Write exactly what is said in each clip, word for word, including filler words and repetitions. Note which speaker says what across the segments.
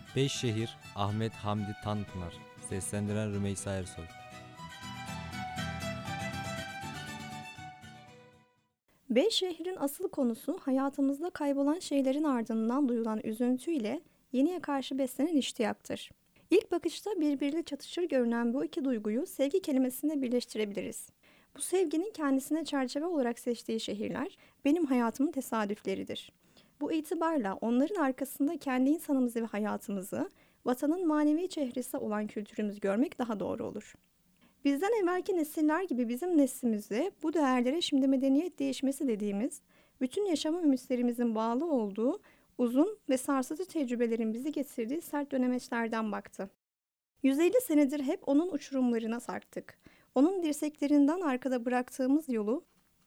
Speaker 1: Beş şehir Ahmet Hamdi Tanpınar. Seslendiren Rümeysa Ersoy.
Speaker 2: Beş şehrin asıl konusu hayatımızda kaybolan şeylerin ardından duyulan üzüntüyle yeniye karşı beslenen iştiyaktır. İlk bakışta birbiriyle çatışır görünen bu iki duyguyu sevgi kelimesinde birleştirebiliriz. Bu sevginin kendisine çerçeve olarak seçtiği şehirler benim hayatımın tesadüfleridir. Bu itibarla onların arkasında kendi insanımızı ve hayatımızı, vatanın manevi çehresi olan kültürümüzü görmek daha doğru olur. Bizden evvelki nesiller gibi bizim neslimizde bu değerlere şimdi medeniyet değişmesi dediğimiz, bütün yaşama ümitlerimizin bağlı olduğu uzun ve sarsıcı tecrübelerin bizi getirdiği sert dönemeçlerden baktı. yüz elli senedir hep onun uçurumlarına sarktık. Onun dirseklerinden arkada bıraktığımız yolu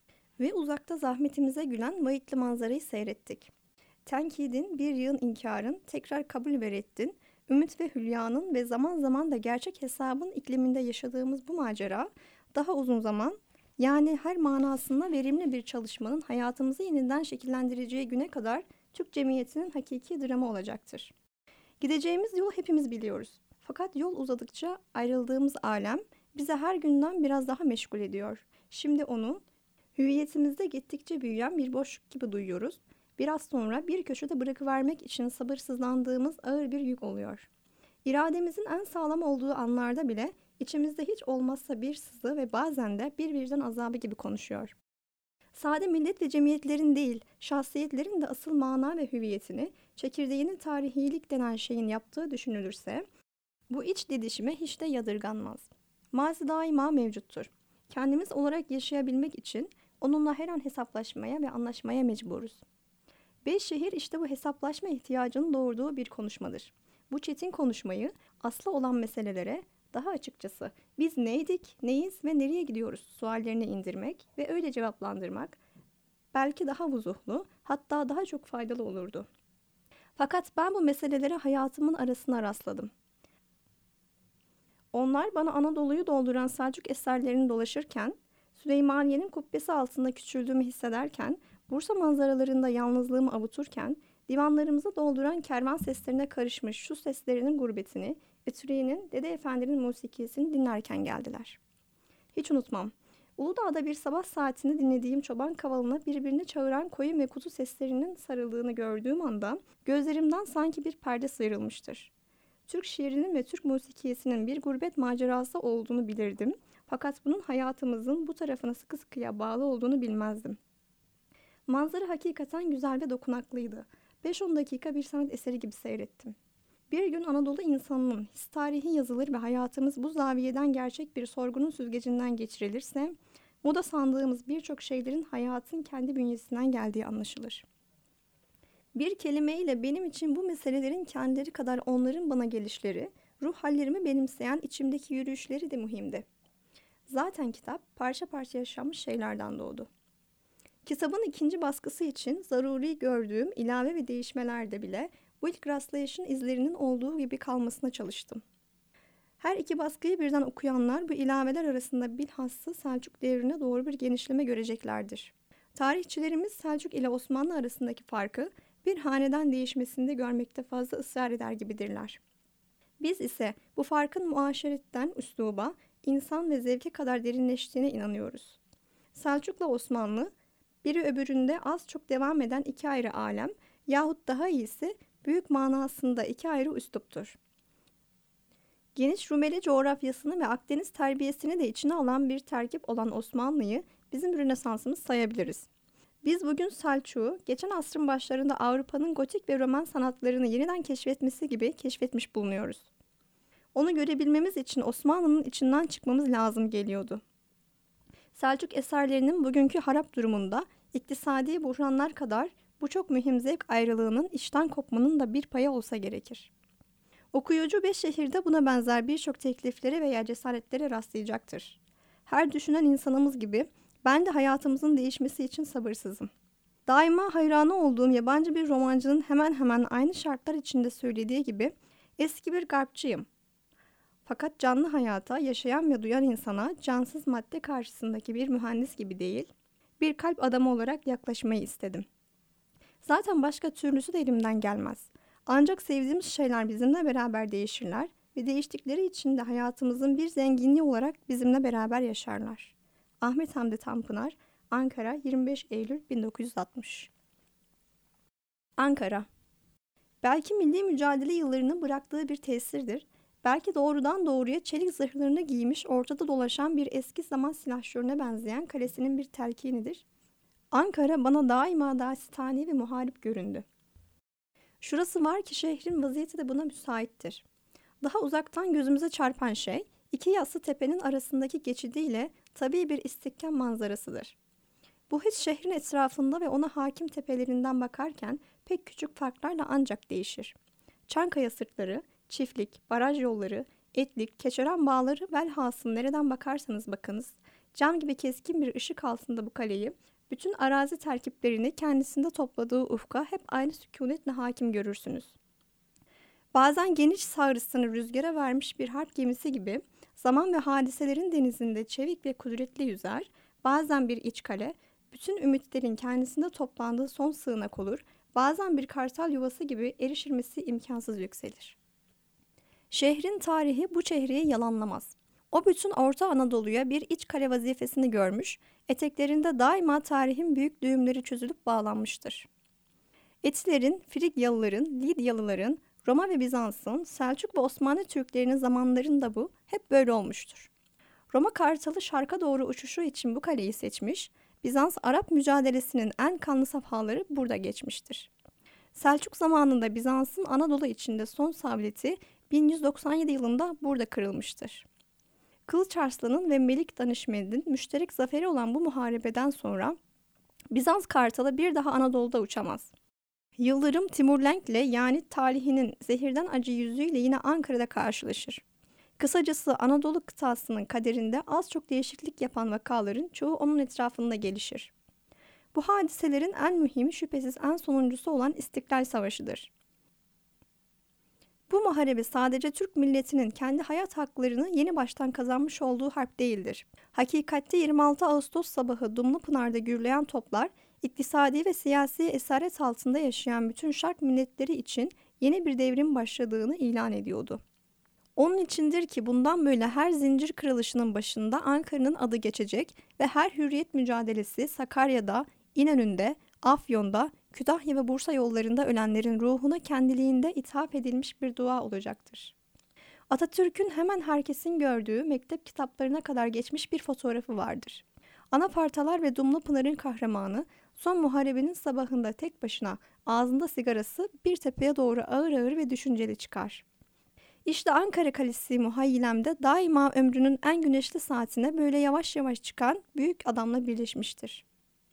Speaker 2: ve uzakta zahmetimize gülen vahitli manzarayı seyrettik. Tenkidin, bir yığın inkarın, tekrar kabul ve reddin, ümit ve hülyanın ve zaman zaman da gerçek hesabın ikliminde yaşadığımız bu macera daha uzun zaman, yani her manasında verimli bir çalışmanın hayatımızı yeniden şekillendireceği güne kadar Türk cemiyetinin hakiki dramı olacaktır. Gideceğimiz yolu hepimiz biliyoruz. Fakat yol uzadıkça ayrıldığımız alem bize her günden biraz daha meşgul ediyor. Şimdi onu hüviyetimizde gittikçe büyüyen bir boşluk gibi duyuyoruz. Biraz sonra bir köşede bırakıvermek için sabırsızlandığımız ağır bir yük oluyor. İrademizin en sağlam olduğu anlarda bile içimizde hiç olmazsa bir sızı ve bazen de bir vicdan azabı gibi konuşuyor. Sade millet ve cemiyetlerin değil, şahsiyetlerin de asıl mana ve hüviyetini, çekirdeğini tarihilik denen şeyin yaptığı düşünülürse, bu iç didişime hiç de yadırganmaz. Mazi daima mevcuttur. Kendimiz olarak yaşayabilmek için onunla her an hesaplaşmaya ve anlaşmaya mecburuz. Beş şehir işte bu hesaplaşma ihtiyacının doğurduğu bir konuşmadır. Bu çetin konuşmayı aslı olan meselelere, daha açıkçası biz neydik, neyiz ve nereye gidiyoruz suallerine indirmek ve öyle cevaplandırmak belki daha vuzuhlu, hatta daha çok faydalı olurdu. Fakat ben bu meselelere hayatımın arasına rastladım. Onlar bana Anadolu'yu dolduran Selçuk eserlerini dolaşırken, Süleymaniye'nin kubbesi altında küçüldüğümü hissederken, Bursa manzaralarında yalnızlığımı avuturken, divanlarımızı dolduran kervan seslerine karışmış şu seslerinin gurbetini, Ütüriye'nin, Dede Efendi'nin musikisini dinlerken geldiler. Hiç unutmam. Uludağ'da bir sabah saatinde dinlediğim çoban kavalına birbirini çağıran koyun ve kuzu seslerinin sarıldığını gördüğüm anda gözlerimden sanki bir perde sıyrılmıştır. Türk şiirinin ve Türk musikisinin bir gurbet macerası olduğunu bilirdim. Fakat bunun hayatımızın bu tarafına sıkı sıkıya bağlı olduğunu bilmezdim. Manzara hakikaten güzel ve dokunaklıydı. beş on dakika bir sanat eseri gibi seyrettim. Bir gün Anadolu insanının his tarihi yazılır ve hayatımız bu zaviyeden gerçek bir sorgunun süzgecinden geçirilirse, moda sandığımız birçok şeylerin hayatın kendi bünyesinden geldiği anlaşılır. Bir kelimeyle benim için bu meselelerin kendileri kadar onların bana gelişleri, ruh hallerimi benimseyen içimdeki yürüyüşleri de mühimdi. Zaten kitap parça parça yaşanmış şeylerden doğdu. Kitabın ikinci baskısı için zaruri gördüğüm ilave ve değişmelerde bile bu ilk rastlayışın izlerinin olduğu gibi kalmasına çalıştım. Her iki baskıyı birden okuyanlar bu ilaveler arasında bilhassa Selçuk devrine doğru bir genişleme göreceklerdir. Tarihçilerimiz Selçuk ile Osmanlı arasındaki farkı bir hanedan değişmesinde görmekte fazla ısrar eder gibidirler. Biz ise bu farkın muaşeretten üsluba, insan ve zevke kadar derinleştiğine inanıyoruz. Selçuk'la Osmanlı, biri öbüründe az çok devam eden iki ayrı alem yahut daha iyisi büyük manasında iki ayrı üsluptur. Geniş Rumeli coğrafyasını ve Akdeniz terbiyesini de içine alan bir terkip olan Osmanlı'yı bizim Rönesansımız sayabiliriz. Biz bugün Selçuk'u geçen asrın başlarında Avrupa'nın gotik ve roman sanatlarını yeniden keşfetmesi gibi keşfetmiş bulunuyoruz. Onu görebilmemiz için Osmanlı'nın içinden çıkmamız lazım geliyordu. Selçuk eserlerinin bugünkü harap durumunda iktisadi buhranlar kadar bu çok mühim zevk ayrılığının işten kopmanın da bir payı olsa gerekir. Okuyucu beş şehirde buna benzer birçok tekliflere veya cesaretlere rastlayacaktır. Her düşünen insanımız gibi ben de hayatımızın değişmesi için sabırsızım. Daima hayranı olduğum yabancı bir romancının hemen hemen aynı şartlar içinde söylediği gibi eski bir garpçıyım. Fakat canlı hayata, yaşayan ve duyan insana cansız madde karşısındaki bir mühendis gibi değil, bir kalp adamı olarak yaklaşmayı istedim. Zaten başka türlüsü de elimden gelmez. Ancak sevdiğimiz şeyler bizimle beraber değişirler ve değiştikleri için de hayatımızın bir zenginliği olarak bizimle beraber yaşarlar. Ahmet Hamdi Tanpınar, Ankara, yirmi beş Eylül bin dokuz yüz altmış. Ankara. Belki milli mücadele yıllarının bıraktığı bir tesirdir. Belki doğrudan doğruya çelik zırhlarını giymiş ortada dolaşan bir eski zaman silahşörüne benzeyen kalesinin bir telkinidir. Ankara bana daima dasitane ve muharip göründü. Şurası var ki şehrin vaziyeti de buna müsaittir. Daha uzaktan gözümüze çarpan şey, iki yassı tepenin arasındaki geçidiyle tabii bir istihkam manzarasıdır. Bu hiç şehrin etrafında ve ona hakim tepelerinden bakarken pek küçük farklarla ancak değişir. Çankaya sırtları, çiftlik, baraj yolları, Etlik, Keçören bağları velhasıl nereden bakarsanız bakınız, cam gibi keskin bir ışık altında bu kaleyi, bütün arazi terkiplerini kendisinde topladığı ufka hep aynı sükunetle hakim görürsünüz. Bazen geniş sağrısını rüzgara vermiş bir harp gemisi gibi zaman ve hadiselerin denizinde çevik ve kudretli yüzer, bazen bir iç kale, bütün ümitlerin kendisinde toplandığı son sığınak olur, bazen bir kartal yuvası gibi erişilmesi imkansız yükselir. Şehrin tarihi bu çehreyi yalanlamaz. O bütün Orta Anadolu'ya bir iç kale vazifesini görmüş, eteklerinde daima tarihin büyük düğümleri çözülüp bağlanmıştır. Etilerin, Frigyalıların, Lidyalıların, Roma ve Bizans'ın, Selçuk ve Osmanlı Türklerinin zamanlarında bu hep böyle olmuştur. Roma kartalı şarka doğru uçuşu için bu kaleyi seçmiş, Bizans-Arap mücadelesinin en kanlı safhaları burada geçmiştir. Selçuk zamanında Bizans'ın Anadolu içinde son savleti bin yüz doksan yedi yılında burada kırılmıştır. Kılıç Arslan'ın ve Melik Danışmend'in müşterek zaferi olan bu muharebeden sonra Bizans kartalı bir daha Anadolu'da uçamaz. Yıldırım Timurlenk'le yani talihinin zehirden acı yüzüyle yine Ankara'da karşılaşır. Kısacası Anadolu kıtasının kaderinde az çok değişiklik yapan vakaların çoğu onun etrafında gelişir. Bu hadiselerin en mühimi şüphesiz en sonuncusu olan İstiklal Savaşı'dır. Bu muharebe sadece Türk milletinin kendi hayat haklarını yeni baştan kazanmış olduğu harp değildir. Hakikatte yirmi altı Ağustos sabahı Dumlupınar'da gürleyen toplar, iktisadi ve siyasi esaret altında yaşayan bütün şark milletleri için yeni bir devrim başladığını ilan ediyordu. Onun içindir ki bundan böyle her zincir kırılışının başında Ankara'nın adı geçecek ve her hürriyet mücadelesi Sakarya'da, İnönü'nde, Afyon'da, Kütahya ve Bursa yollarında ölenlerin ruhuna kendiliğinde ithaf edilmiş bir dua olacaktır. Atatürk'ün hemen herkesin gördüğü mektep kitaplarına kadar geçmiş bir fotoğrafı vardır. Anafartalar ve Dumlupınar'ın kahramanı son muharebenin sabahında tek başına ağzında sigarası bir tepeye doğru ağır ağır ve düşünceli çıkar. İşte Ankara Kalesi muhayyilemde daima ömrünün en güneşli saatine böyle yavaş yavaş çıkan büyük adamla birleşmiştir.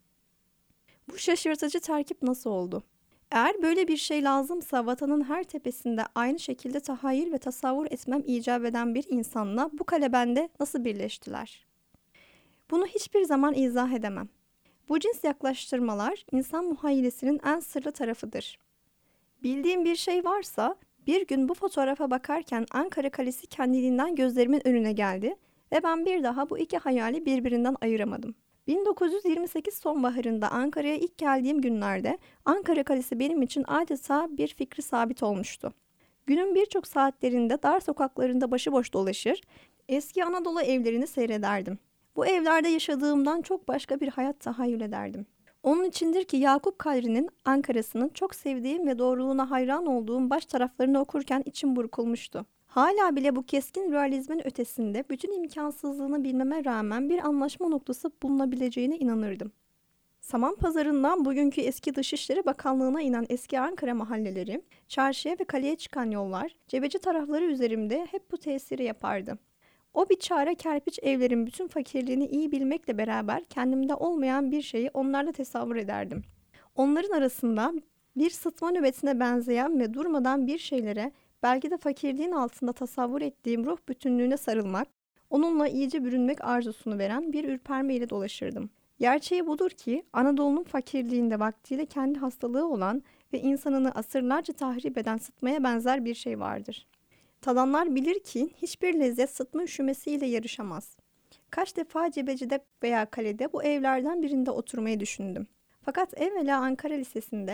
Speaker 2: Bu şaşırtıcı terkip nasıl oldu? Eğer böyle bir şey lazımsa vatanın her tepesinde aynı şekilde tahayyül ve tasavvur etmem icap eden bir insanla bu kalebende nasıl birleştiler? Bunu hiçbir zaman izah edemem. Bu cins yaklaştırmalar insan muhayyilesinin en sırlı tarafıdır. Bildiğim bir şey varsa bir gün bu fotoğrafa bakarken Ankara Kalesi kendiliğinden gözlerimin önüne geldi ve ben bir daha bu iki hayali birbirinden ayıramadım. bin dokuz yüz yirmi sekiz sonbaharında Ankara'ya ilk geldiğim günlerde Ankara Kalesi benim için adeta bir fikri sabit olmuştu. Günün birçok saatlerinde dar sokaklarında başıboş dolaşır, eski Anadolu evlerini seyrederdim. Bu evlerde yaşadığımdan çok başka bir hayat tahayyül ederdim. Onun içindir ki Yakup Kadri'nin Ankara'sının çok sevdiğim ve doğruluğuna hayran olduğum baş taraflarını okurken içim burkulmuştu. Hala bile bu keskin realizmin ötesinde bütün imkansızlığını bilmeme rağmen bir anlaşma noktası bulunabileceğine inanırdım. Saman Pazarı'ndan bugünkü eski Dışişleri Bakanlığı'na inen eski Ankara mahalleleri, çarşıya ve kaleye çıkan yollar, Cebeci tarafları üzerimde hep bu tesiri yapardı. O biçare kerpiç evlerin bütün fakirliğini iyi bilmekle beraber kendimde olmayan bir şeyi onlarla tasavvur ederdim. Onların arasında bir sıtma nöbetine benzeyen ve durmadan bir şeylere, belki de fakirliğin altında tasavvur ettiğim ruh bütünlüğüne sarılmak, onunla iyice bürünmek arzusunu veren bir ürpermeyle dolaşırdım. Gerçeği budur ki Anadolu'nun fakirliğinde vaktiyle kendi hastalığı olan ve insanını asırlarca tahrip eden sıtmaya benzer bir şey vardır. Tadanlar bilir ki hiçbir lezzet sıtma üşümesiyle yarışamaz. Kaç defa Cebeci'de veya kalede bu evlerden birinde oturmayı düşündüm. Fakat evvela Ankara Lisesi'nde,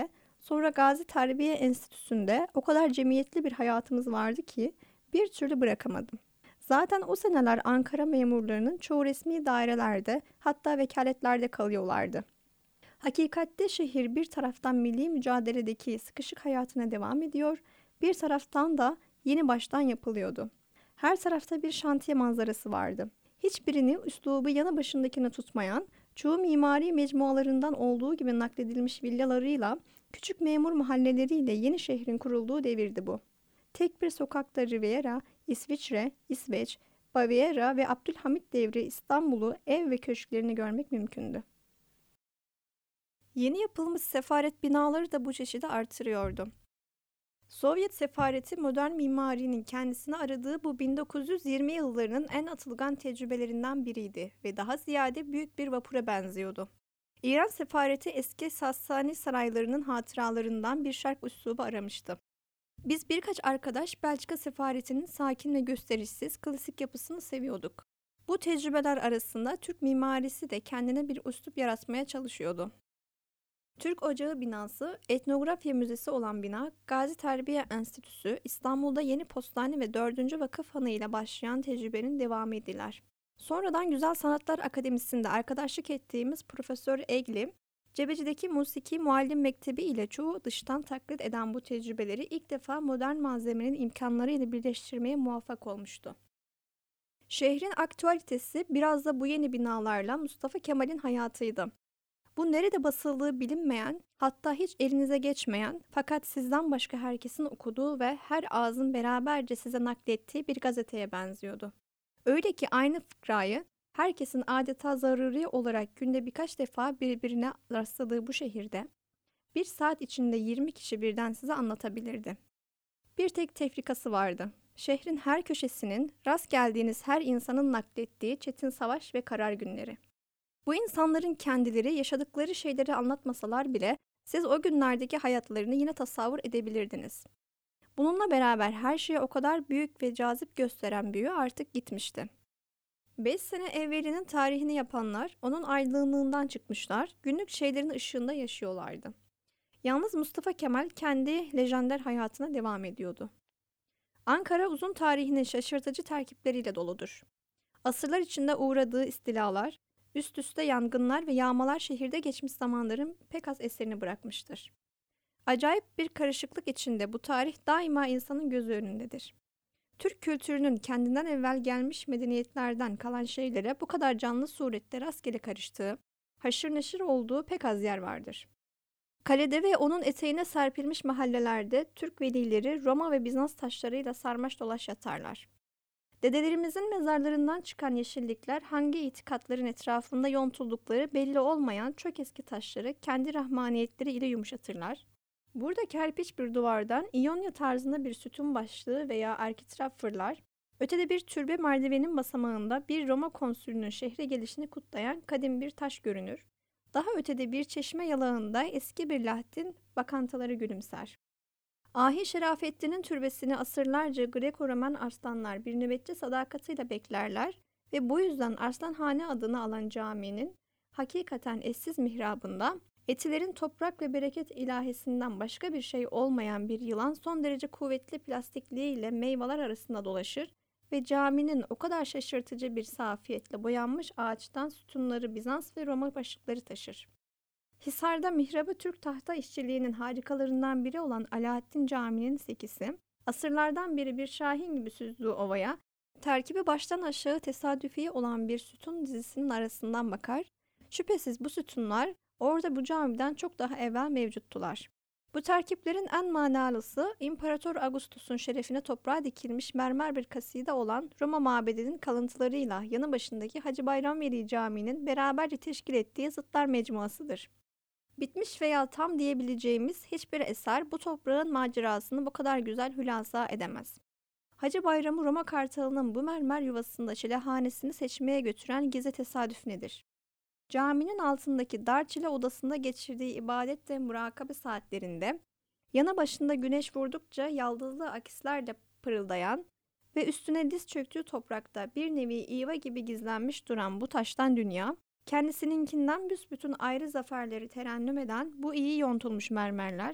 Speaker 2: Sonra Gazi Terbiye Enstitüsü'nde o kadar cemiyetli bir hayatımız vardı ki bir türlü bırakamadım. Zaten o seneler Ankara memurlarının çoğu resmi dairelerde, hatta vekaletlerde kalıyorlardı. Hakikatte şehir bir taraftan milli mücadeledeki sıkışık hayatına devam ediyor, bir taraftan da yeni baştan yapılıyordu. Her tarafta bir şantiye manzarası vardı. Hiçbirini üslubu yanı başındakini tutmayan, çoğu mimari mecmualarından olduğu gibi nakledilmiş villalarıyla, küçük memur mahalleleriyle yeni şehrin kurulduğu devirdi bu. Tek bir sokakta Riviera, İsviçre, İsveç, Baviera ve Abdülhamit devri İstanbul'u ev ve köşklerini görmek mümkündü. Yeni yapılmış sefaret binaları da bu çeşidi artırıyordu. Sovyet sefareti modern mimarinin kendisini aradığı bu bin dokuz yüz yirmi yıllarının en atılgan tecrübelerinden biriydi ve daha ziyade büyük bir vapura benziyordu. İran sefareti eski Sassani saraylarının hatıralarından bir şark üslubu aramıştı. Biz birkaç arkadaş Belçika sefaretinin sakin ve gösterişsiz klasik yapısını seviyorduk. Bu tecrübeler arasında Türk mimarisi de kendine bir üslup yaratmaya çalışıyordu. Türk Ocağı binası, etnografya müzesi olan bina, Gazi Terbiye Enstitüsü, İstanbul'da Yeni Postane ve dördüncü Vakıfhanı ile başlayan tecrübenin devamı ediler. Sonradan Güzel Sanatlar Akademisi'nde arkadaşlık ettiğimiz Profesör Egli, Cebeci'deki Musiki Muallim Mektebi ile çoğu dıştan taklit eden bu tecrübeleri ilk defa modern malzemenin imkanlarıyla birleştirmeye muvaffak olmuştu. Şehrin aktüalitesi biraz da bu yeni binalarla Mustafa Kemal'in hayatıydı. Bu nerede basıldığı bilinmeyen, hatta hiç elinize geçmeyen fakat sizden başka herkesin okuduğu ve her ağzın beraberce size naklettiği bir gazeteye benziyordu. Öyle ki aynı fıkrayı herkesin adeta zaruri olarak günde birkaç defa birbirine rastladığı bu şehirde bir saat içinde yirmi kişi birden size anlatabilirdi. Bir tek tefrikası vardı. Şehrin her köşesinin rast geldiğiniz her insanın naklettiği çetin savaş ve karar günleri. Bu insanların kendileri yaşadıkları şeyleri anlatmasalar bile siz o günlerdeki hayatlarını yine tasavvur edebilirdiniz. Bununla beraber her şeye o kadar büyük ve cazip gösteren büyü artık gitmişti. Beş sene evvelinin tarihini yapanlar onun aydınlığından çıkmışlar, günlük şeylerin ışığında yaşıyorlardı. Yalnız Mustafa Kemal kendi lejender hayatına devam ediyordu. Ankara uzun tarihinin şaşırtıcı terkipleriyle doludur. Asırlar içinde uğradığı istilalar, üst üste yangınlar ve yağmalar şehirde geçmiş zamanların pek az eserini bırakmıştır. Acayip bir karışıklık içinde bu tarih daima insanın gözü önündedir. Türk kültürünün kendinden evvel gelmiş medeniyetlerden kalan şeylere bu kadar canlı surette rastgele karıştığı, haşır neşir olduğu pek az yer vardır. Kalede ve onun eteğine serpilmiş mahallelerde Türk velileri Roma ve Bizans taşlarıyla sarmaş dolaş yatarlar. Dedelerimizin mezarlarından çıkan yeşillikler hangi itikatların etrafında yontuldukları belli olmayan çok eski taşları kendi rahmaniyetleri ile yumuşatırlar. Burada kerpiç bir duvardan İonya tarzında bir sütun başlığı veya erkitraf fırlar, ötede bir türbe merdivenin basamağında bir Roma konsülünün şehre gelişini kutlayan kadim bir taş görünür. Daha ötede bir çeşme yalağında eski bir lahtin bakantaları gülümser. Ahi Şerafettin'in türbesini asırlarca Greko-Roman arslanlar bir nöbetçi sadakatiyle beklerler ve bu yüzden Arslanhane adını alan caminin hakikaten eşsiz mihrabında etilerin toprak ve bereket ilahisinden başka bir şey olmayan bir yılan son derece kuvvetli plastikliğiyle meyveler arasında dolaşır ve caminin o kadar şaşırtıcı bir safiyetle boyanmış ağaçtan sütunları Bizans ve Roma başlıkları taşır. Hisar'da mihrabı Türk tahta işçiliğinin harikalarından biri olan Alaaddin Camii'nin sekisi, asırlardan beri bir şahin gibi süzdüğü ovaya, terkibi baştan aşağı tesadüfi olan bir sütun dizisinin arasından bakar, şüphesiz bu sütunlar orada bu camiden çok daha evvel mevcuttular. Bu terkiplerin en manalısı, İmparator Augustus'un şerefine toprağa dikilmiş mermer bir kaside olan Roma mabedinin kalıntılarıyla yanı başındaki Hacı Bayram Veli Camii'nin beraberce teşkil ettiği zıtlar mecmuasıdır. Bitmiş veya tam diyebileceğimiz hiçbir eser bu toprağın macerasını bu kadar güzel hülasa edemez. Hacı Bayram'ı Roma Kartalı'nın bu mermer yuvasında çilehanesini seçmeye götüren gizli tesadüf nedir? Caminin altındaki dar çile odasında geçirdiği ibadet ve murakabe saatlerinde, yana başında güneş vurdukça yaldızlı akislerle pırıldayan ve üstüne diz çöktüğü toprakta bir nevi iva gibi gizlenmiş duran bu taştan dünya, kendisininkinden büsbütün ayrı zaferleri terennüm eden bu iyi yontulmuş mermerler,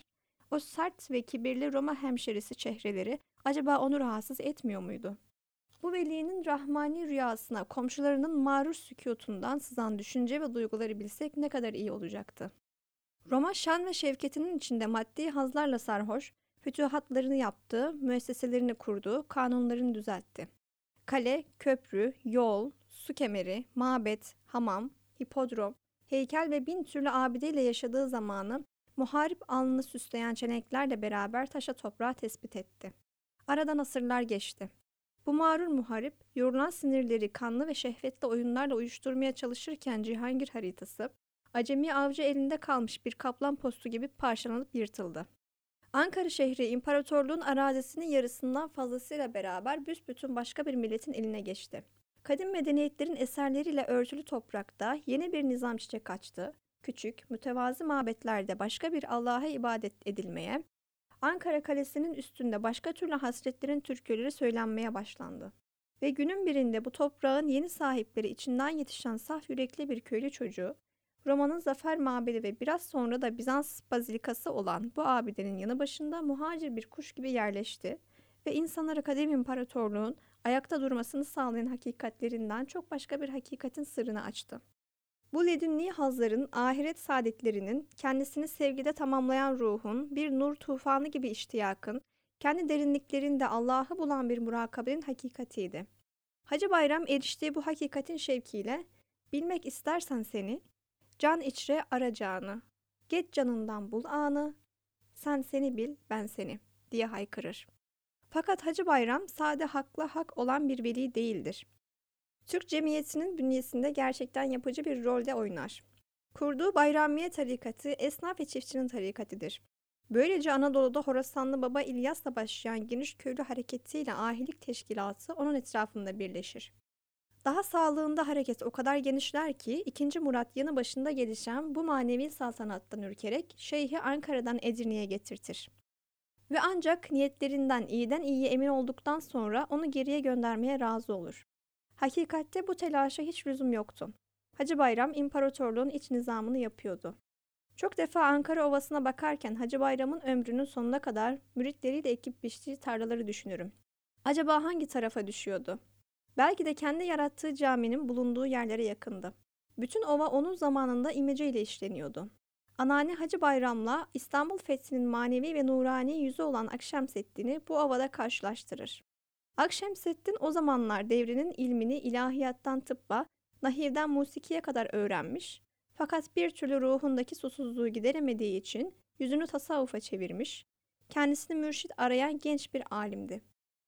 Speaker 2: O sert ve kibirli Roma hemşerisi çehreleri acaba onu rahatsız etmiyor muydu? Bu velinin rahmani rüyasına komşularının mağrur sükutundan sızan düşünce ve duyguları bilsek ne kadar iyi olacaktı. Roma şan ve şevketinin içinde maddi hazlarla sarhoş, fütühatlarını yaptı, müesseselerini kurdu, kanunlarını düzeltti. Kale, köprü, yol, su kemeri, mabet, hamam, hipodrom, heykel ve bin türlü abideyle yaşadığı zamanı muharip alnını süsleyen çeneklerle beraber taşa toprağa tespit etti. Aradan asırlar geçti. Bu mağrur muharip, yorulan sinirleri kanlı ve şehvetli oyunlarla uyuşturmaya çalışırken Cihangir haritası, acemi avcı elinde kalmış bir kaplan postu gibi parçalanıp yırtıldı. Ankara şehri imparatorluğun arazisinin yarısından fazlasıyla beraber büsbütün başka bir milletin eline geçti. Kadim medeniyetlerin eserleriyle örtülü toprakta yeni bir nizam çiçek açtı. Küçük, mütevazi mabetlerde başka bir Allah'a ibadet edilmeye, Ankara Kalesi'nin üstünde başka türlü hasretlerin türküleri söylenmeye başlandı. Ve günün birinde bu toprağın yeni sahipleri içinden yetişen saf yürekli bir köylü çocuğu, Roma'nın zafer mabedi ve biraz sonra da Bizans bazilikası olan bu abidenin yanı başında muhacir bir kuş gibi yerleşti ve insanlara kadim imparatorluğun ayakta durmasını sağlayan hakikatlerinden çok başka bir hakikatin sırrını açtı. Bu ledünni hazların, ahiret saadetlerinin, kendisini sevgide tamamlayan ruhun, bir nur tufanı gibi iştiyakın, kendi derinliklerinde Allah'ı bulan bir murakabenin hakikatiydi. Hacı Bayram eriştiği bu hakikatin şevkiyle, bilmek istersen seni, can içre aracağını, geç canından bul anı, sen seni bil ben seni diye haykırır. Fakat Hacı Bayram sade hakla hak olan bir veli değildir. Türk cemiyetinin bünyesinde gerçekten yapıcı bir rolde oynar. Kurduğu Bayramiye tarikatı esnaf ve çiftçinin tarikatıdır. Böylece Anadolu'da Horasanlı Baba İlyas'la başlayan geniş köylü hareketiyle ahilik teşkilatı onun etrafında birleşir. Daha sağlığında hareket o kadar genişler ki ikinci. Murat yanı başında gelişen bu manevi saltanattan ürkerek şeyhi Ankara'dan Edirne'ye getirtir. Ve ancak niyetlerinden iyiden iyiye emin olduktan sonra onu geriye göndermeye razı olur. Hakikatte bu telaşa hiç lüzum yoktu. Hacı Bayram imparatorluğun iç nizamını yapıyordu. Çok defa Ankara Ovası'na bakarken Hacı Bayram'ın ömrünün sonuna kadar müritleriyle ekip biçtiği tarlaları düşünürüm. Acaba hangi tarafa düşüyordu? Belki de kendi yarattığı caminin bulunduğu yerlere yakındı. Bütün ova onun zamanında imece ile işleniyordu. Anneanne Hacı Bayram'la İstanbul fethinin manevi ve nurani yüzü olan Akşemseddin'i bu ovada karşılaştırır. Akşemseddin o zamanlar devrinin ilmini ilahiyattan tıbba, nahivden musikiye kadar öğrenmiş, fakat bir türlü ruhundaki susuzluğu gideremediği için yüzünü tasavvufa çevirmiş, kendisini mürşit arayan genç bir alimdi.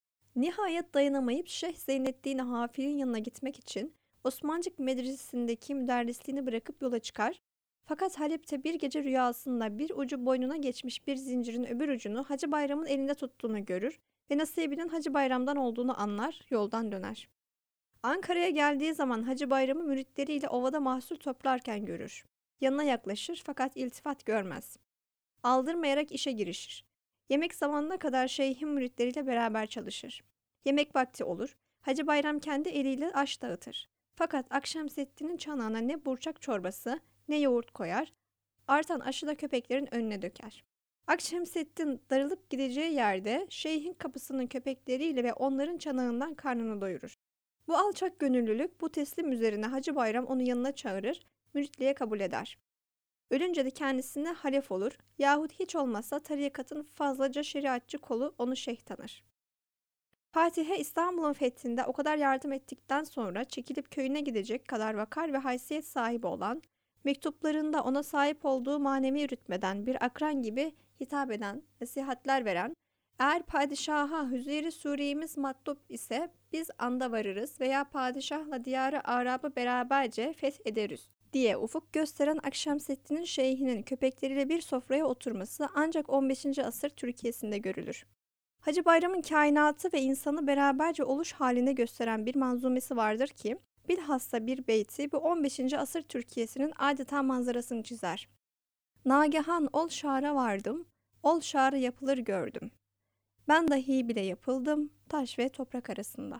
Speaker 2: Nihayet dayanamayıp Şeyh Zeynettin Hafir'in yanına gitmek için Osmancık Medresesi'ndeki müderrisliğini bırakıp yola çıkar, fakat Halep'te bir gece rüyasında bir ucu boynuna geçmiş bir zincirin öbür ucunu Hacı Bayram'ın elinde tuttuğunu görür ve nasibinin Hacı Bayram'dan olduğunu anlar, yoldan döner. Ankara'ya geldiği zaman Hacı Bayram'ı müritleriyle ovada mahsul toplarken görür. Yanına yaklaşır fakat iltifat görmez. Aldırmayarak işe girişir. Yemek zamanına kadar şeyhin müritleriyle beraber çalışır. Yemek vakti olur, Hacı Bayram kendi eliyle aş dağıtır. Fakat Akşemseddin'in çanağına ne burçak çorbası ne yoğurt koyar, artan aşı da köpeklerin önüne döker. Akşemseddin darılıp gideceği yerde şeyhin kapısının köpekleriyle ve onların çanağından karnını doyurur. Bu alçak gönüllülük, bu teslim üzerine Hacı Bayram onu yanına çağırır, müritliğe kabul eder. Ölünce de kendisine halef olur yahut hiç olmazsa tarikatın fazlaca şeriatçı kolu onu şeyh tanır. Fatih'e İstanbul'un fethinde o kadar yardım ettikten sonra çekilip köyüne gidecek kadar vakar ve haysiyet sahibi olan, mektuplarında ona sahip olduğu manevi rütbeden bir akran gibi hitap eden, nasihatler veren, eğer padişaha hüzür-i suremiz matlup ise biz anda varırız veya padişahla diyarı Arab'ı beraberce feth ederiz diye ufuk gösteren Akşemseddin'in şeyhinin köpekleriyle bir sofraya oturması ancak on beşinci asır Türkiye'sinde görülür. Hacı Bayram'ın kainatı ve insanı beraberce oluş haline gösteren bir manzumesi vardır ki, bilhassa bir beyti bu on beşinci asır Türkiye'sinin adeta manzarasını çizer. Nagehan ol şara vardım, ol şara yapılır gördüm. Ben dahi bile yapıldım taş ve toprak arasında.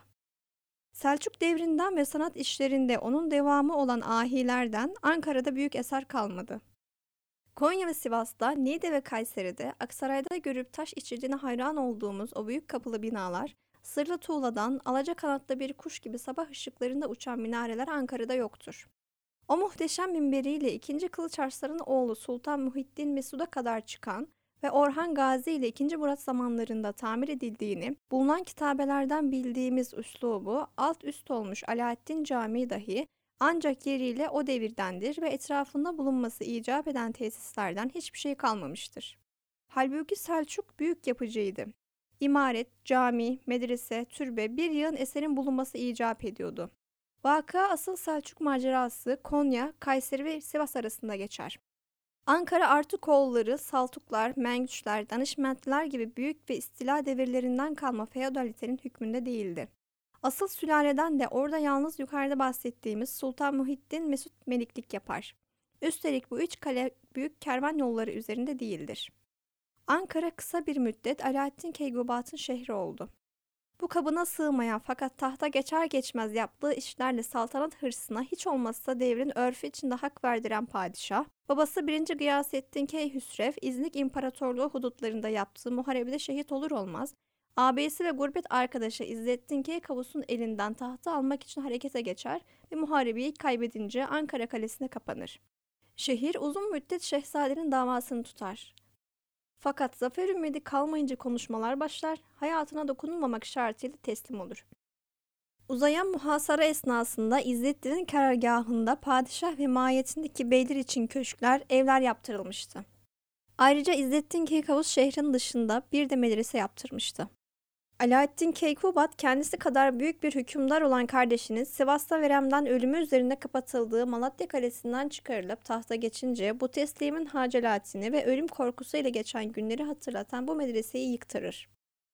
Speaker 2: Selçuk devrinden ve sanat işlerinde onun devamı olan ahilerden Ankara'da büyük eser kalmadı. Konya ve Sivas'ta, Niğde ve Kayseri'de, Aksaray'da görüp taş işçiliğine hayran olduğumuz o büyük kapılı binalar, sırlı tuğladan alacakanatlı bir kuş gibi sabah ışıklarında uçan minareler Ankara'da yoktur. O muhteşem minberiyle ikinci. Kılıç Arslan'ın oğlu Sultan Muhiddin Mesud'a kadar çıkan ve Orhan Gazi ile ikinci. Murat zamanlarında tamir edildiğini, bulunan kitabelerden bildiğimiz üslubu alt üst olmuş Alaaddin Camii dahi ancak yeriyle o devirdendir ve etrafında bulunması icap eden tesislerden hiçbir şey kalmamıştır. Halbuki Selçuk büyük yapıcıydı. İmaret, cami, medrese, türbe bir yığın eserin bulunması icap ediyordu. Vakıa asıl Selçuk macerası Konya, Kayseri ve Sivas arasında geçer. Ankara Artukoğulları, Saltuklar, Mengüçler, Danışmentliler gibi büyük ve istila devirlerinden kalma feodalitenin hükmünde değildi. Asıl sülaleden de orada yalnız yukarıda bahsettiğimiz Sultan Muhiddin Mesud meliklik yapar. Üstelik bu üç kale büyük kervan yolları üzerinde değildir. Ankara kısa bir müddet Alaaddin Keykubat'ın şehri oldu. Bu kabına sığmayan fakat tahta geçer geçmez yaptığı işlerle saltanat hırsına hiç olmazsa devrin örfü içinde hak verdiren padişah, babası birinci. Gıyasettin Keyhüsrev, İznik İmparatorluğu hudutlarında yaptığı muharebede şehit olur olmaz, ağabeyisi ve gurbet arkadaşı İzzettin Keykavus'un elinden tahtı almak için harekete geçer ve muharebeyi kaybedince Ankara Kalesi'ne kapanır. Şehir uzun müddet şehzadenin davasını tutar. Fakat zafer ümidi kalmayınca konuşmalar başlar, hayatına dokunulmamak şartıyla teslim olur. Uzayan muhasara esnasında İzzettin'in karargahında padişah ve mahiyetindeki beyler için köşkler, evler yaptırılmıştı. Ayrıca İzzettin Keykavus şehrin dışında bir de medrese yaptırmıştı. Alaaddin Keykubat kendisi kadar büyük bir hükümdar olan kardeşinin Sivas'ta veremden ölümü üzerine kapatıldığı Malatya Kalesi'nden çıkarılıp tahta geçince bu teslimin hacelatini ve ölüm korkusuyla geçen günleri hatırlatan bu medreseyi yıktırır.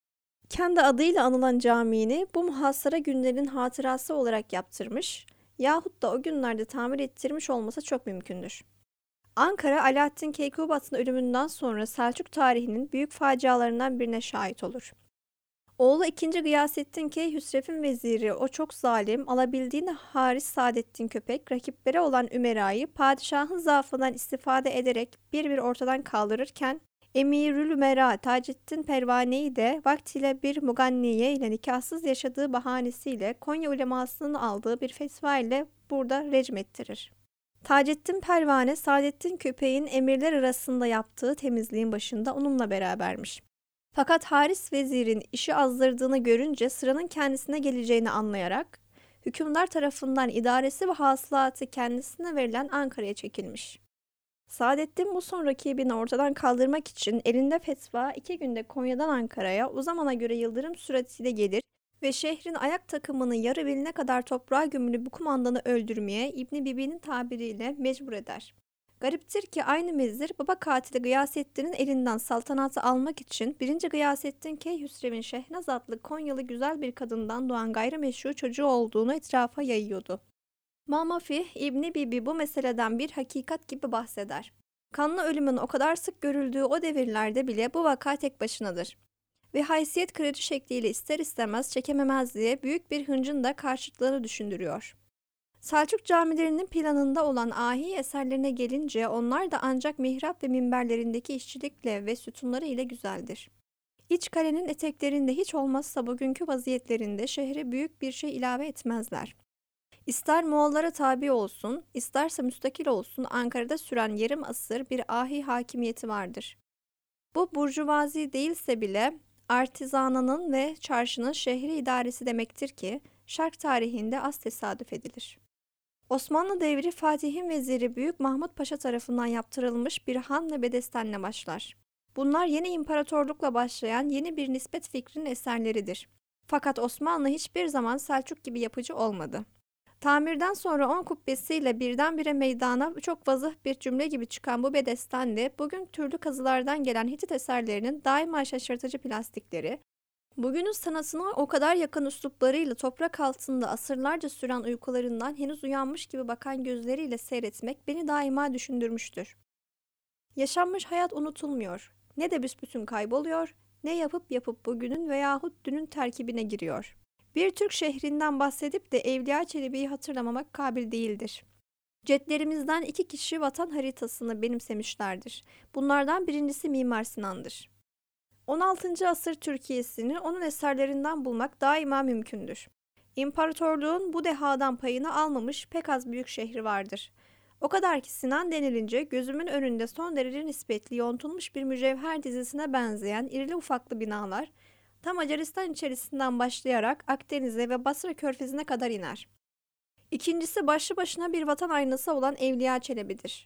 Speaker 2: Kendi adıyla anılan camini bu muhasara günlerinin hatırası olarak yaptırmış yahut da o günlerde tamir ettirmiş olması çok mümkündür. Ankara, Alaaddin Keykubat'ın ölümünden sonra Selçuk tarihinin büyük facialarından birine şahit olur. Oğlu ikinci. Gıyasettin Keyhüsrev'in veziri o çok zalim, alabildiğine Haris Saadettin Köpek, rakipleri olan Ümera'yı padişahın zaafından istifade ederek bir bir ortadan kaldırırken, Emirül Ümera Taceddin Pervane'yi de vaktiyle bir muganniye ile nikahsız yaşadığı bahanesiyle Konya ulemasının aldığı bir fetva ile burada recm ettirir. Taceddin Pervane, Saadettin Köpek'in emirler arasında yaptığı temizliğin başında onunla berabermiş. Fakat Haris vezirin işi azdırdığını görünce sıranın kendisine geleceğini anlayarak, hükümdar tarafından idaresi ve hasılatı kendisine verilen Ankara'ya çekilmiş. Saadettin bu son rakibini ortadan kaldırmak için elinde fetva iki günde Konya'dan Ankara'ya o zamana göre yıldırım süratiyle gelir ve şehrin ayak takımını yarı beline kadar toprağa gömülü bu kumandanı öldürmeye İbni Bibi'nin tabiriyle mecbur eder. Gariptir ki aynı vezir baba katili Gıyasettin'in elinden saltanatı almak için birinci. Gıyasettin Keyhüsrev'in Şehnaz adlı Konyalı güzel bir kadından doğan gayrimeşru çocuğu olduğunu etrafa yayıyordu. Mamafi İbni Bibi bu meseleden bir hakikat gibi bahseder. Kanlı ölümün o kadar sık görüldüğü o devirlerde bile bu vaka tek başınadır. Ve haysiyet kırıcı şekliyle ister istemez çekememez diye büyük bir hıncın da karşıtlığını düşündürüyor. Selçuk camilerinin planında olan ahi eserlerine gelince onlar da ancak mihrap ve minberlerindeki işçilikle ve sütunları ile güzeldir. İç kalenin eteklerinde hiç olmazsa bugünkü vaziyetlerinde şehre büyük bir şey ilave etmezler. İster Moğollara tabi olsun, isterse müstakil olsun Ankara'da süren yarım asır bir ahi hakimiyeti vardır. Bu burjuvazi değilse bile artizananın ve çarşının şehri idaresi demektir ki Şark tarihinde az tesadüf edilir. Osmanlı devri Fatih'in veziri Büyük Mahmut Paşa tarafından yaptırılmış bir han ve bedestenle başlar. Bunlar yeni imparatorlukla başlayan yeni bir nispet fikrinin eserleridir. Fakat Osmanlı hiçbir zaman Selçuk gibi yapıcı olmadı. Tamirden sonra on kubbesiyle birdenbire meydana çok vazıh bir cümle gibi çıkan bu bedesten de bugün türlü kazılardan gelen Hitit eserlerinin daima şaşırtıcı plastikleri, bugünün sanatına o kadar yakın üsluplarıyla toprak altında asırlarca süren uykularından henüz uyanmış gibi bakan gözleriyle seyretmek beni daima düşündürmüştür. Yaşanmış hayat unutulmuyor, ne de büsbütün kayboluyor, ne yapıp yapıp bugünün veyahut dünün terkibine giriyor. Bir Türk şehrinden bahsedip de Evliya Çelebi'yi hatırlamamak kabil değildir. Cedlerimizden iki kişi vatan haritasını benimsemişlerdir. Bunlardan birincisi Mimar Sinan'dır. on altıncı asır Türkiye'sini onun eserlerinden bulmak daima mümkündür. İmparatorluğun bu dehadan payını almamış pek az büyük şehri vardır. O kadar ki Sinan denilince gözümün önünde son derece nispetli yontulmuş bir mücevher dizisine benzeyen irili ufaklı binalar, tam Macaristan içerisinden başlayarak Akdeniz'e ve Basra Körfezi'ne kadar iner. İkincisi başlı başına bir vatan aynası olan Evliya Çelebi'dir.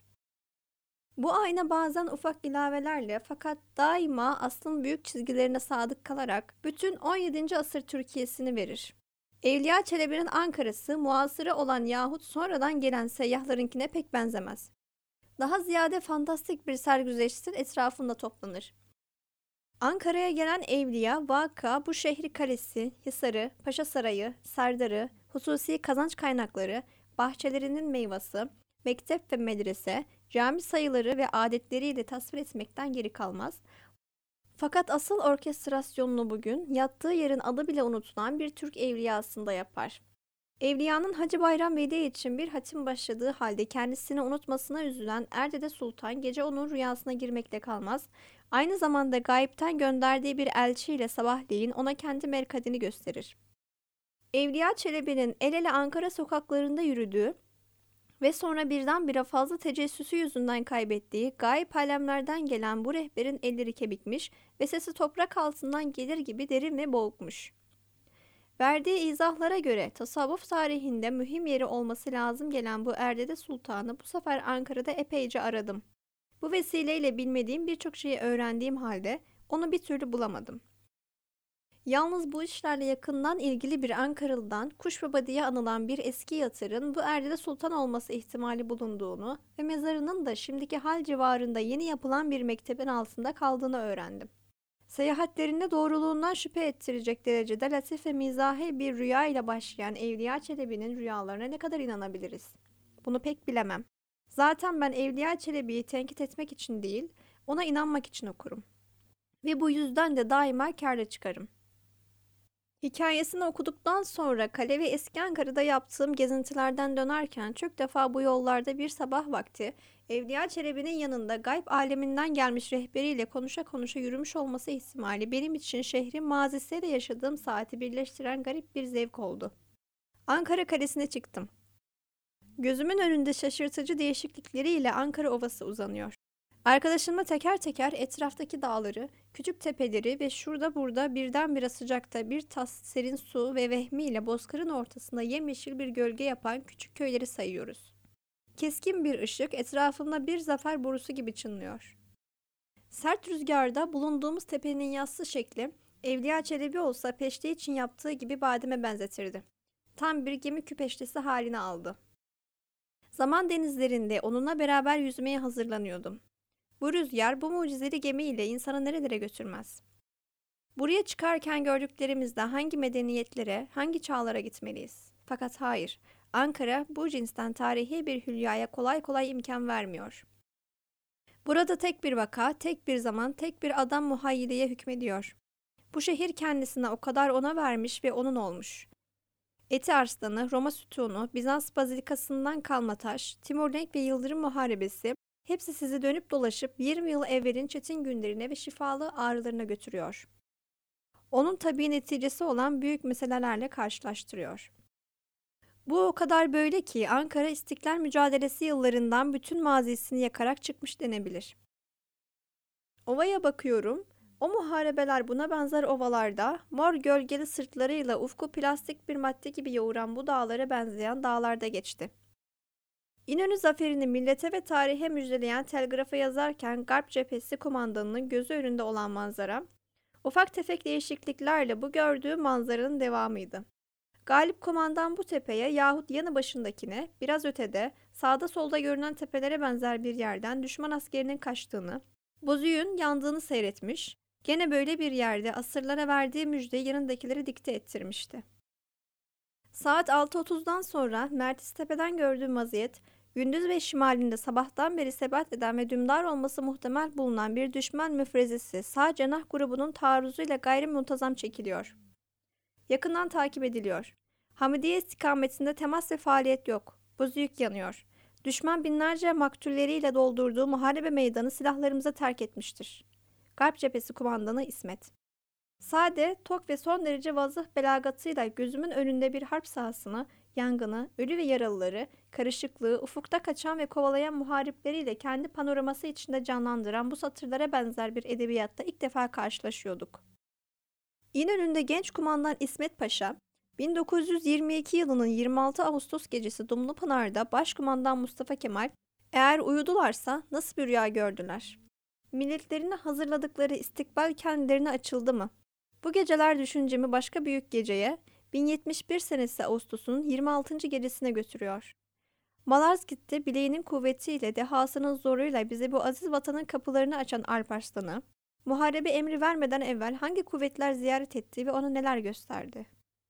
Speaker 2: Bu ayna bazen ufak ilavelerle fakat daima aslın büyük çizgilerine sadık kalarak bütün on yedinci asır Türkiye'sini verir. Evliya Çelebi'nin Ankara'sı muasırı olan yahut sonradan gelen seyyahlarınkine pek benzemez. Daha ziyade fantastik bir sergüzeştin etrafında toplanır. Ankara'ya gelen Evliya, vaka bu şehri kalesi, hisarı, paşa sarayı, serdarı, hususi kazanç kaynakları, bahçelerinin meyvası, mektep ve medrese, cami sayıları ve adetleriyle tasvir etmekten geri kalmaz. Fakat asıl orkestrasyonunu bugün yattığı yerin adı bile unutulan bir Türk evliyasında yapar. Evliyanın Hacı Bayram Veli için bir hatim başladığı halde kendisini unutmasına üzülen Erdede Sultan gece onun rüyasına girmekle kalmaz, aynı zamanda gayipten gönderdiği bir elçiyle sabahleyin ona kendi merkadini gösterir. Evliya Çelebi'nin el ele Ankara sokaklarında yürüdüğü ve sonra birdenbire fazla tecessüsü yüzünden kaybettiği gayip alemlerden gelen bu rehberin elleri kemikmiş ve sesi toprak altından gelir gibi derin ve boğukmuş. Verdiği izahlara göre tasavvuf tarihinde mühim yeri olması lazım gelen bu Erdede Sultan'ı bu sefer Ankara'da epeyce aradım. Bu vesileyle bilmediğim birçok şeyi öğrendiğim halde onu bir türlü bulamadım. Yalnız bu işlerle yakından ilgili bir Ankaralı'dan Kuşbaba diye anılan bir eski yatırın bu Erdede Sultan olması ihtimali bulunduğunu ve mezarının da şimdiki hal civarında yeni yapılan bir mektebin altında kaldığını öğrendim. Seyahatlerinde doğruluğundan şüphe ettirecek derecede latif ve mizahi bir rüya ile başlayan Evliya Çelebi'nin rüyalarına ne kadar inanabiliriz? Bunu pek bilemem. Zaten ben Evliya Çelebi'yi tenkit etmek için değil, ona inanmak için okurum. Ve bu yüzden de daima kârda çıkarım. Hikayesini okuduktan sonra Kale ve Eski Ankara'da yaptığım gezintilerden dönerken çok defa bu yollarda bir sabah vakti Evliya Çelebi'nin yanında gayb aleminden gelmiş rehberiyle konuşa konuşa yürümüş olması ihtimali benim için şehrin mazisiyle yaşadığım saati birleştiren garip bir zevk oldu. Ankara Kalesi'ne çıktım. Gözümün önünde şaşırtıcı değişiklikleriyle Ankara Ovası uzanıyor. Arkadaşımla teker teker etraftaki dağları, küçük tepeleri ve şurada burada birdenbire sıcakta bir tas serin su ve vehmiyle bozkırın ortasında yemyeşil bir gölge yapan küçük köyleri sayıyoruz. Keskin bir ışık etrafımda bir zafer borusu gibi çınlıyor. Sert rüzgarda bulunduğumuz tepenin yassı şekli, Evliya Çelebi olsa peşte için yaptığı gibi bademe benzetirdi. Tam bir gemi küpeştesi halini aldı. Zaman denizlerinde onunla beraber yüzmeye hazırlanıyordum. Bu rüzgar bu mucizeli gemiyle insanı nerelere götürmez? Buraya çıkarken gördüklerimizde hangi medeniyetlere, hangi çağlara gitmeliyiz? Fakat hayır, Ankara bu cinsten tarihi bir hülyaya kolay kolay imkan vermiyor. Burada tek bir vaka, tek bir zaman, tek bir adam muhayyileye hükmediyor. Bu şehir kendisine o kadar ona vermiş ve onun olmuş. Eti Arslanı, Roma sütunu, Bizans bazilikasından kalma taş, Timurlenk ve Yıldırım Muharebesi, hepsi sizi dönüp dolaşıp yirmi yıl evvelin çetin günlerine ve şifalı ağrılarına götürüyor. Onun tabii neticesi olan büyük meselelerle karşılaştırıyor. Bu o kadar böyle ki Ankara İstiklal mücadelesi yıllarından bütün mazisini yakarak çıkmış denebilir. Ovaya bakıyorum, o muharebeler buna benzer ovalarda, mor gölgeli sırtlarıyla ufku plastik bir madde gibi yoğuran bu dağlara benzeyen dağlarda geçti. İnönü zaferini millete ve tarihe müjdeleyen telgrafa yazarken Garp cephesi kumandanının gözü önünde olan manzara, ufak tefek değişikliklerle bu gördüğü manzaranın devamıydı. Galip kumandan bu tepeye yahut yanı başındakine, biraz ötede, sağda solda görünen tepelere benzer bir yerden düşman askerinin kaçtığını, Bozüyük'ün yandığını seyretmiş, gene böyle bir yerde asırlara verdiği müjdeyi yanındakilere dikte ettirmişti. Saat altı otuzdan sonra Mertis Tepe'den gördüğüm vaziyet, gündüz ve şimalinde sabahtan beri sebat eden ve dündar olması muhtemel bulunan bir düşman müfrezesi sağ cenah grubunun taarruzuyla gayri muntazam çekiliyor. Yakından takip ediliyor. Hamidiye istikametinde temas ve faaliyet yok. Bozüyük yanıyor. Düşman binlerce maktulleriyle doldurduğu muharebe meydanı silahlarımıza terk etmiştir. Garp Cephesi Kumandanı İsmet. Sade, tok ve son derece vazıh belagatıyla gözümün önünde bir harp sahasını, yangını, ölü ve yaralıları, karışıklığı, ufukta kaçan ve kovalayan muharipleriyle kendi panoraması içinde canlandıran bu satırlara benzer bir edebiyatta ilk defa karşılaşıyorduk. İnönü'nde genç kumandan İsmet Paşa, bin dokuz yüz yirmi iki yılının yirmi altı Ağustos gecesi Dumlupınar'da Başkumandan Mustafa Kemal, eğer uyudularsa nasıl bir rüya gördüler? Milletlerine hazırladıkları istikbal kendilerine açıldı mı? Bu geceler düşüncemi başka büyük geceye, bin yetmiş bir senesi Ağustos'un yirmi altıncı gecesine götürüyor. Malazgirt'te bileğinin kuvvetiyle, dehasının zoruyla bize bu aziz vatanın kapılarını açan Alparslan'ı, muharebe emri vermeden evvel hangi kuvvetler ziyaret etti ve ona neler gösterdi?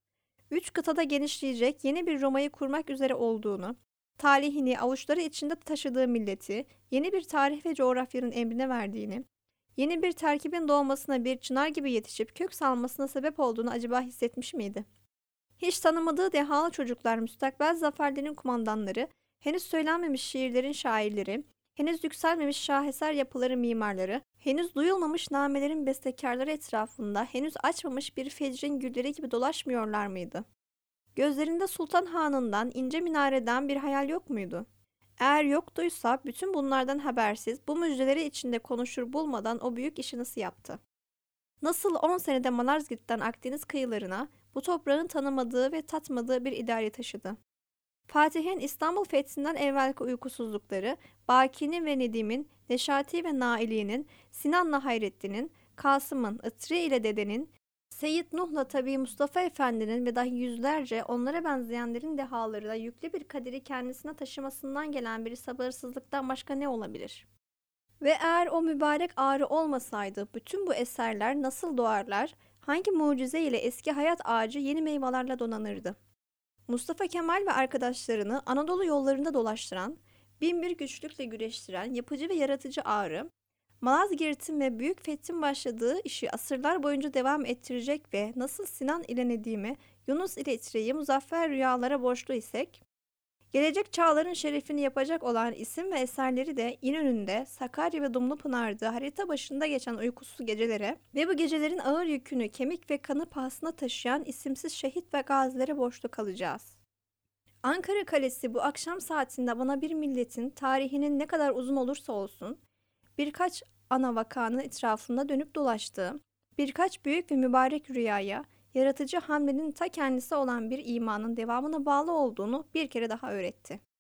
Speaker 2: Üç kıtada genişleyecek yeni bir Roma'yı kurmak üzere olduğunu, talihini avuçları içinde taşıdığı milleti, yeni bir tarih ve coğrafyanın emrine verdiğini, yeni bir terkibin doğmasına bir çınar gibi yetişip kök salmasına sebep olduğunu acaba hissetmiş miydi? Hiç tanımadığı dehalı çocuklar, müstakbel zaferlerin kumandanları, henüz söylenmemiş şiirlerin şairleri, henüz yükselmemiş şaheser yapıların mimarları, henüz duyulmamış namelerin bestekarları etrafında henüz açmamış bir fecrin gülleri gibi dolaşmıyorlar mıydı? Gözlerinde Sultan Hanı'ndan, ince minareden bir hayal yok muydu? Eğer yoktuysa bütün bunlardan habersiz bu müjdeleri içinde konuşur bulmadan o büyük işi nasıl yaptı? Nasıl on senede Malazgirt'ten Akdeniz kıyılarına bu toprağın tanımadığı ve tatmadığı bir idare taşıdı? Fatih'in İstanbul fethinden evvelki uykusuzlukları, Baki'nin ve Nedim'in, Neşati ve Naili'nin, Sinan'la Hayrettin'in, Kasım'ın, Itri ile Dede'nin, Seyyid Nuh'la tabii Mustafa Efendi'nin ve dahi yüzlerce onlara benzeyenlerin dehalarıyla yüklü bir kaderi kendisine taşımasından gelen bir sabırsızlıktan başka ne olabilir? Ve eğer o mübarek ağrı olmasaydı bütün bu eserler nasıl doğarlar, hangi mucize ile eski hayat ağacı yeni meyvelerle donanırdı? Mustafa Kemal ve arkadaşlarını Anadolu yollarında dolaştıran, bin bir güçlükle güreştiren yapıcı ve yaratıcı ağrı, Malazgirt'in ve Büyük Fethin başladığı işi asırlar boyunca devam ettirecek ve nasıl Sinan ile Nedim'e, Yunus ile İtre'yi muzaffer rüyalara borçlu isek, gelecek çağların şerefini yapacak olan isim ve eserleri de İnönü'nde, Sakarya ve Dumlupınar'da harita başında geçen uykusuz gecelere ve bu gecelerin ağır yükünü kemik ve kanı pahasına taşıyan isimsiz şehit ve gazilere borçlu kalacağız. Ankara Kalesi bu akşam saatinde bana bir milletin tarihinin ne kadar uzun olursa olsun, birkaç ana vakanın etrafında dönüp dolaştığı, birkaç büyük ve mübarek rüyaya, yaratıcı hamlenin ta kendisi olan bir imanın devamına bağlı olduğunu bir kere daha öğretti.